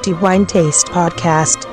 The Wine Taste Podcast.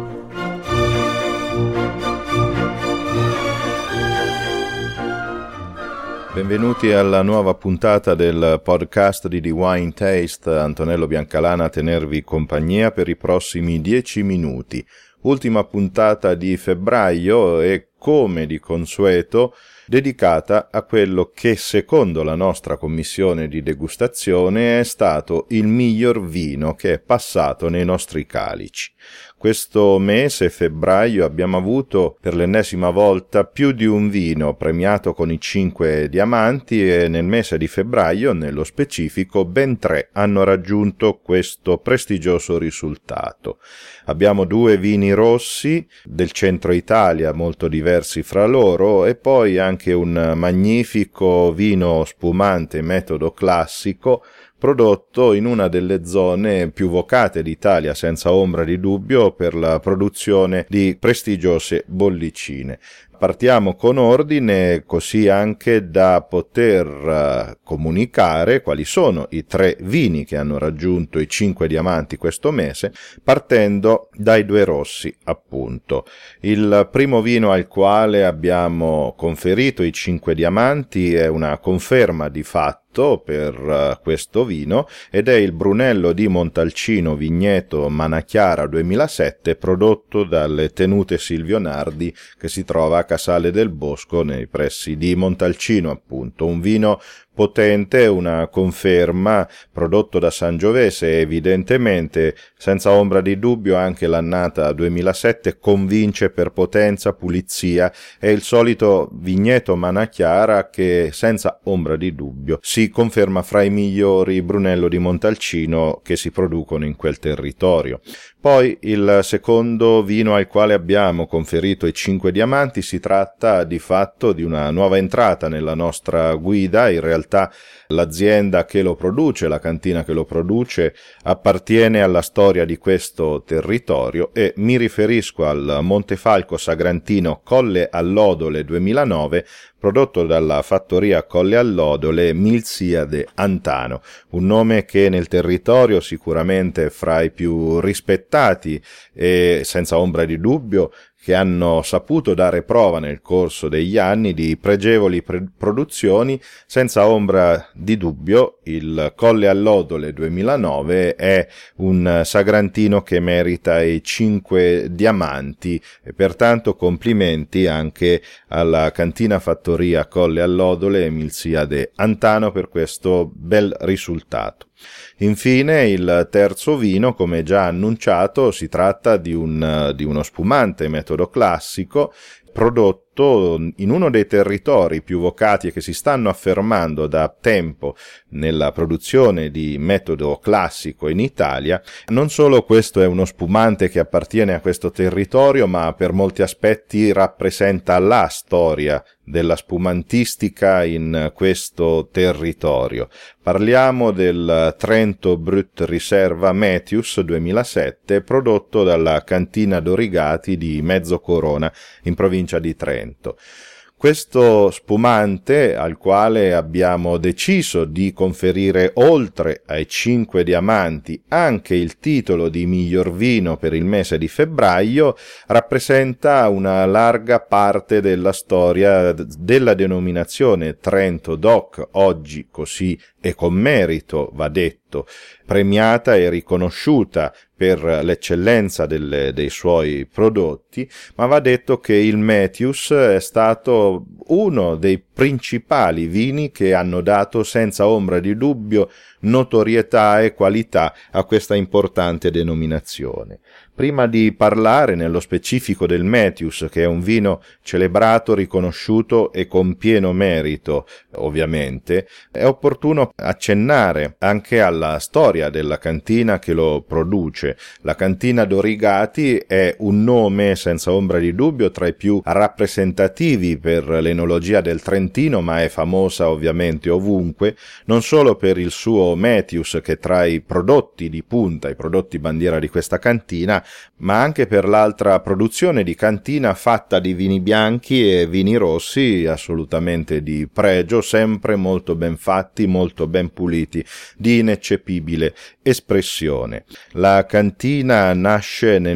Benvenuti alla nuova puntata del podcast di The Wine Taste. Antonello Biancalana a tenervi compagnia per i prossimi 10 minuti. Ultima puntata di febbraio e, come di consueto, dedicata a quello che, secondo la nostra commissione di degustazione, è stato il miglior vino che è passato nei nostri calici. Questo mese, febbraio, abbiamo avuto per l'ennesima volta più di un vino premiato con i 5 diamanti e nel mese di febbraio, nello specifico, ben 3 hanno raggiunto questo prestigioso risultato. Abbiamo 2 vini rossi del centro Italia, molto diversi fra loro, e poi anche un magnifico vino spumante metodo classico, prodotto in una delle zone più vocate d'Italia, senza ombra di dubbio, per la produzione di prestigiose bollicine. Partiamo con ordine, così anche da poter comunicare quali sono i 3 vini che hanno raggiunto i 5 diamanti questo mese, partendo dai 2 rossi, appunto. Il primo vino al quale abbiamo conferito i 5 diamanti è una conferma di fatto per questo vino ed è il Brunello di Montalcino Vigneto Manachiara 2007, prodotto dalle tenute Silvio Nardi, che si trova a Casale del Bosco nei pressi di Montalcino, appunto. Un vino potente, una conferma, prodotto da Sangiovese. Evidentemente, senza ombra di dubbio, anche l'annata 2007 convince per potenza, pulizia. È il solito vigneto Manachiara che, senza ombra di dubbio, si conferma fra i migliori Brunello di Montalcino che si producono in quel territorio. Poi il secondo vino al quale abbiamo conferito i 5 diamanti si tratta di fatto di una nuova entrata nella nostra guida. In realtà l'azienda che lo produce, la cantina che lo produce, appartiene alla storia di questo territorio e mi riferisco al Montefalco Sagrantino Colle Allodole 2009, prodotto dalla fattoria Colle Allodole Milziade Antano, un nome che nel territorio sicuramente è fra i più rispettati e senza ombra di dubbio che hanno saputo dare prova nel corso degli anni di pregevoli produzioni. Senza ombra di dubbio il Colle Allodole 2009 è un sagrantino che merita i 5 diamanti e pertanto complimenti anche alla cantina fattoria Colle Allodole Milziade Antano per questo bel risultato. Infine il terzo vino, come già annunciato, si tratta di uno spumante metodo classico prodotto in uno dei territori più vocati e che si stanno affermando da tempo nella produzione di metodo classico in Italia. Non solo questo è uno spumante che appartiene a questo territorio, ma per molti aspetti rappresenta la storia della spumantistica in questo territorio. Parliamo del Trento Brut Riserva Metius 2007, prodotto dalla cantina Dorigati di Mezzocorona, in provincia di Trento. Questo spumante, al quale abbiamo deciso di conferire, oltre ai 5 diamanti, anche il titolo di miglior vino per il mese di febbraio, rappresenta una larga parte della storia della denominazione Trento DOC, oggi così e con merito, va detto, premiata e riconosciuta per l'eccellenza dei suoi prodotti, ma va detto che il Metius è stato uno dei principali vini che hanno dato senza ombra di dubbio notorietà e qualità a questa importante denominazione. Prima di parlare nello specifico del Metius, che è un vino celebrato, riconosciuto e con pieno merito, ovviamente, è opportuno accennare anche alla storia della cantina che lo produce. La cantina Dorigati è un nome senza ombra di dubbio tra i più rappresentativi per l'enologia del Trentino, ma è famosa ovviamente ovunque, non solo per il suo Metius, che tra i prodotti di punta, i prodotti bandiera di questa cantina, ma anche per l'altra produzione di cantina fatta di vini bianchi e vini rossi assolutamente di pregio, sempre molto ben fatti, molto ben puliti, di ineccepibile espressione. La cantina nasce nel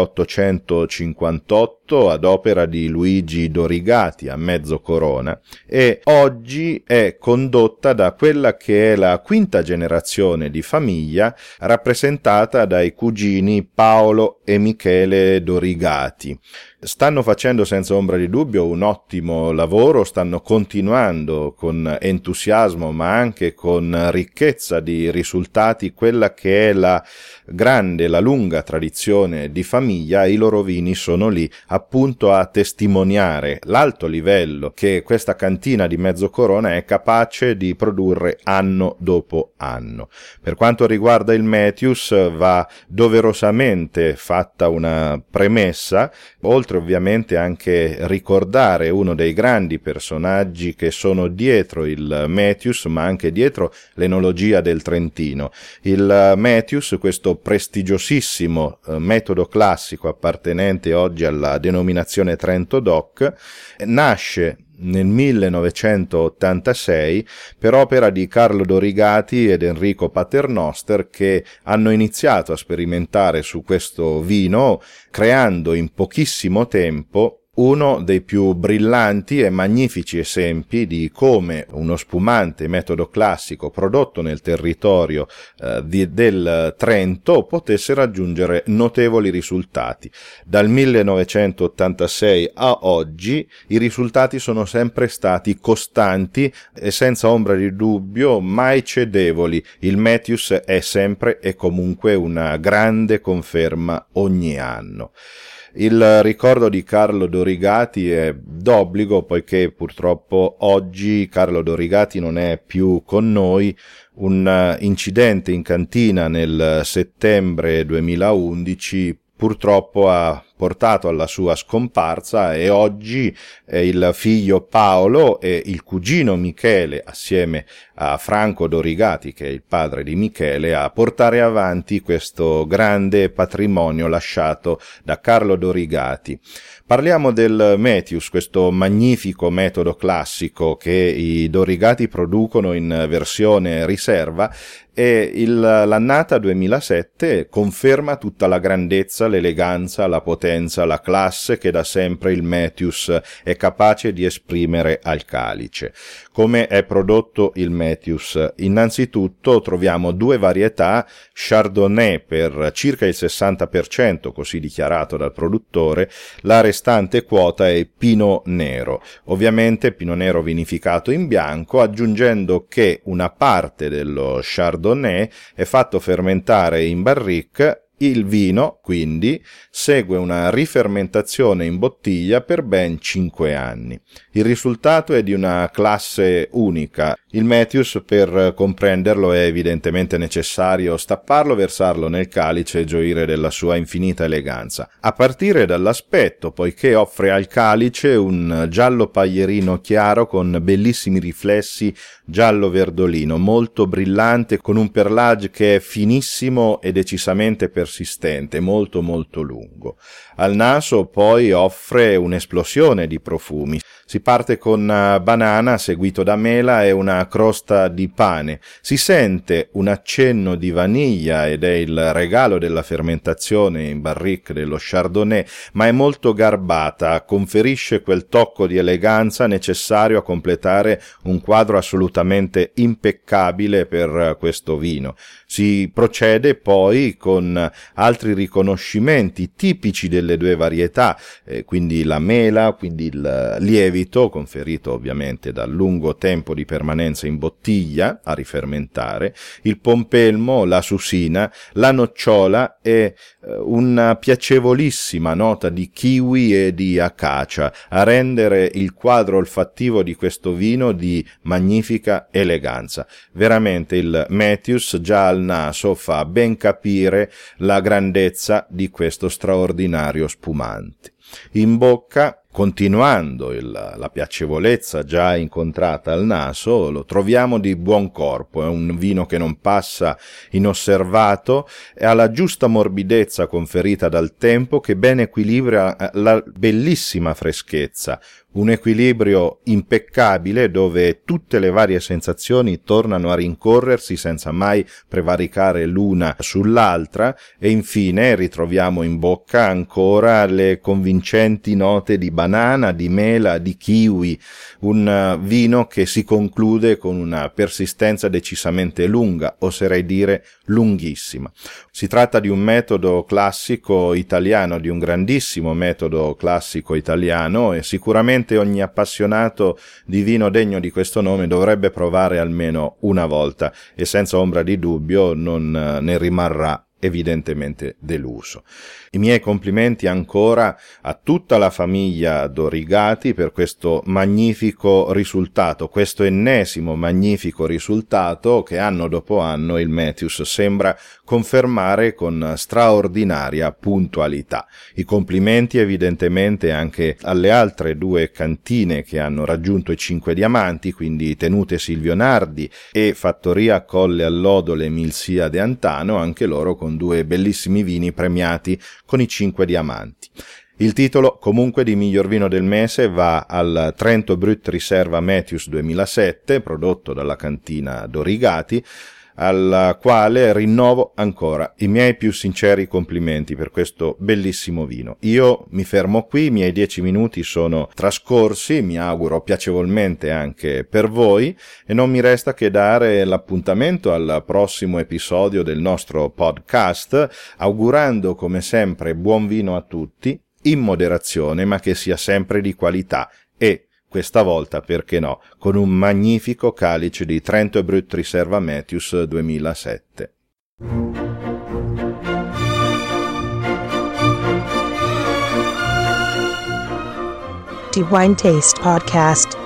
1858 ad opera di Luigi Dorigati a Mezzocorona e oggi è condotta da quella che è la quinta generazione di famiglia, rappresentata dai cugini Paolo e Michele Dorigati. Stanno facendo senza ombra di dubbio un ottimo lavoro, stanno continuando con entusiasmo ma anche con ricchezza di risultati quella che è la lunga tradizione di famiglia. I loro vini sono lì appunto a testimoniare l'alto livello che questa cantina di Mezzocorona è capace di produrre anno dopo anno. Per quanto riguarda il Metius va doverosamente fatta una premessa, oltre ovviamente anche ricordare uno dei grandi personaggi che sono dietro il Metius ma anche dietro l'enologia del Trentino. Il Metius, questo prestigiosissimo metodo classico appartenente oggi alla denominazione Trento DOC, nasce nel 1986 per opera di Carlo Dorigati ed Enrico Paternoster, che hanno iniziato a sperimentare su questo vino creando in pochissimo tempo uno dei più brillanti e magnifici esempi di come uno spumante metodo classico prodotto nel territorio del Trento potesse raggiungere notevoli risultati. Dal 1986 a oggi i risultati sono sempre stati costanti e senza ombra di dubbio mai cedevoli. Il Metius è sempre e comunque una grande conferma ogni anno. Il ricordo di Carlo Dorigati è d'obbligo poiché purtroppo oggi Carlo Dorigati non è più con noi. Un incidente in cantina nel settembre 2011 purtroppo ha portato alla sua scomparsa e oggi è il figlio Paolo e il cugino Michele, assieme a Franco Dorigati, che è il padre di Michele, a portare avanti questo grande patrimonio lasciato da Carlo Dorigati. Parliamo del Metius, questo magnifico metodo classico che i Dorigati producono in versione riserva, e l'annata 2007 conferma tutta la grandezza, l'eleganza, la potenza, la classe che da sempre il Metius è capace di esprimere al calice. Come è prodotto il Metius? Innanzitutto troviamo due varietà, Chardonnay per circa il 60%, così dichiarato dal produttore, la restante quota è Pinot Nero. Ovviamente Pinot Nero vinificato in bianco, aggiungendo che una parte dello Chardonnay è fatto fermentare in barrique. Il vino, quindi, segue una rifermentazione in bottiglia per ben 5 anni. Il risultato è di una classe unica. Il Metius, per comprenderlo, è evidentemente necessario stapparlo, versarlo nel calice e gioire della sua infinita eleganza. A partire dall'aspetto, poiché offre al calice un giallo paglierino chiaro con bellissimi riflessi giallo-verdolino, molto brillante, con un perlage che è finissimo e decisamente persistente, molto molto lungo. Al naso poi offre un'esplosione di profumi. Si parte con banana, seguito da mela e una crosta di pane. Si sente un accenno di vaniglia ed è il regalo della fermentazione in barrique dello Chardonnay, ma è molto garbata, conferisce quel tocco di eleganza necessario a completare un quadro assolutamente impeccabile per questo vino. Si procede poi con altri riconoscimenti tipici delle due varietà, quindi la mela, quindi il lievito, conferito ovviamente dal lungo tempo di permanenza in bottiglia a rifermentare, il pompelmo, la susina, la nocciola e una piacevolissima nota di kiwi e di acacia a rendere il quadro olfattivo di questo vino di magnifica eleganza. Veramente il Metius già al naso fa ben capire la grandezza di questo straordinario spumante. In bocca continuando la piacevolezza già incontrata al naso, lo troviamo di buon corpo, è un vino che non passa inosservato e ha la giusta morbidezza conferita dal tempo che ben equilibra la bellissima freschezza, un equilibrio impeccabile dove tutte le varie sensazioni tornano a rincorrersi senza mai prevaricare l'una sull'altra e infine ritroviamo in bocca ancora le convincenti note di banana, di mela, di kiwi, un vino che si conclude con una persistenza decisamente lunga, oserei dire lunghissima. Si tratta di un metodo classico italiano, di un grandissimo metodo classico italiano e sicuramente ogni appassionato di vino degno di questo nome dovrebbe provare almeno una volta e senza ombra di dubbio non ne rimarrà evidentemente deluso. I miei complimenti ancora a tutta la famiglia Dorigati per questo magnifico risultato, questo ennesimo magnifico risultato che anno dopo anno il Mathews sembra confermare con straordinaria puntualità. I complimenti evidentemente anche alle altre due cantine che hanno raggiunto i 5 diamanti, quindi Tenute Silvio Nardi e Fattoria Colle Allodole Milsia de Antano, anche loro con 2 bellissimi vini premiati con i 5 diamanti. Il titolo comunque di miglior vino del mese va al Trento Brut Riserva Mathews 2007, prodotto dalla cantina Dorigati, al quale rinnovo ancora i miei più sinceri complimenti per questo bellissimo vino. Io mi fermo qui, i miei 10 minuti sono trascorsi, mi auguro piacevolmente anche per voi, e non mi resta che dare l'appuntamento al prossimo episodio del nostro podcast, augurando come sempre buon vino a tutti, in moderazione, ma che sia sempre di qualità e questa volta, perché no, con un magnifico calice di Trento Brut Riserva Mathews 2007. The Wine Taste Podcast.